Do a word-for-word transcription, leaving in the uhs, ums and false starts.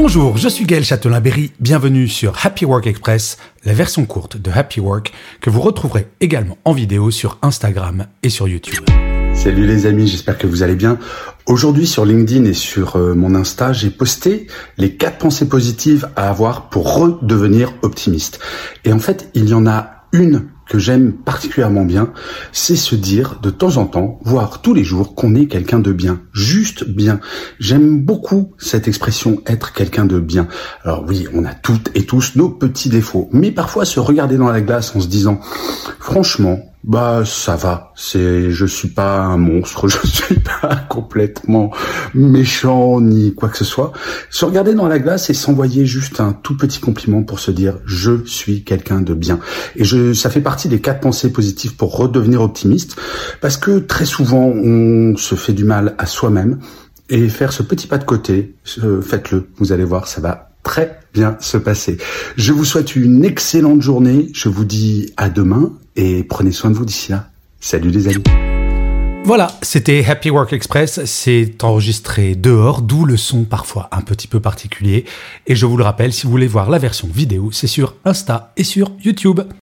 Bonjour, je suis Gaël Châtelain-Berry, bienvenue sur Happy Work Express, la version courte de Happy Work que vous retrouverez également en vidéo sur Instagram et sur YouTube. Salut les amis, j'espère que vous allez bien. Aujourd'hui sur LinkedIn et sur euh, mon Insta, j'ai posté les quatre pensées positives à avoir pour redevenir optimiste. Et en fait, il y en a une que j'aime particulièrement bien, c'est se dire de temps en temps, voire tous les jours, qu'on est quelqu'un de bien, juste bien. J'aime beaucoup cette expression, être quelqu'un de bien. Alors oui, on a toutes et tous nos petits défauts, mais parfois se regarder dans la glace en se disant, franchement, bah ça va, c'est je suis pas un monstre, je suis pas complètement méchant ni quoi que ce soit. Se regarder dans la glace et s'envoyer juste un tout petit compliment pour se dire je suis quelqu'un de bien. Et je ça fait partie des quatre pensées positives pour redevenir optimiste, parce que très souvent on se fait du mal à soi-même, et faire ce petit pas de côté, euh, faites-le, vous allez voir, ça va très bien se passer. Je vous souhaite une excellente journée, je vous dis à demain et prenez soin de vous d'ici là. Salut les amis. Voilà, c'était Happy Work Express, c'est enregistré dehors, d'où le son parfois un petit peu particulier. Et je vous le rappelle, si vous voulez voir la version vidéo, c'est sur Insta et sur YouTube.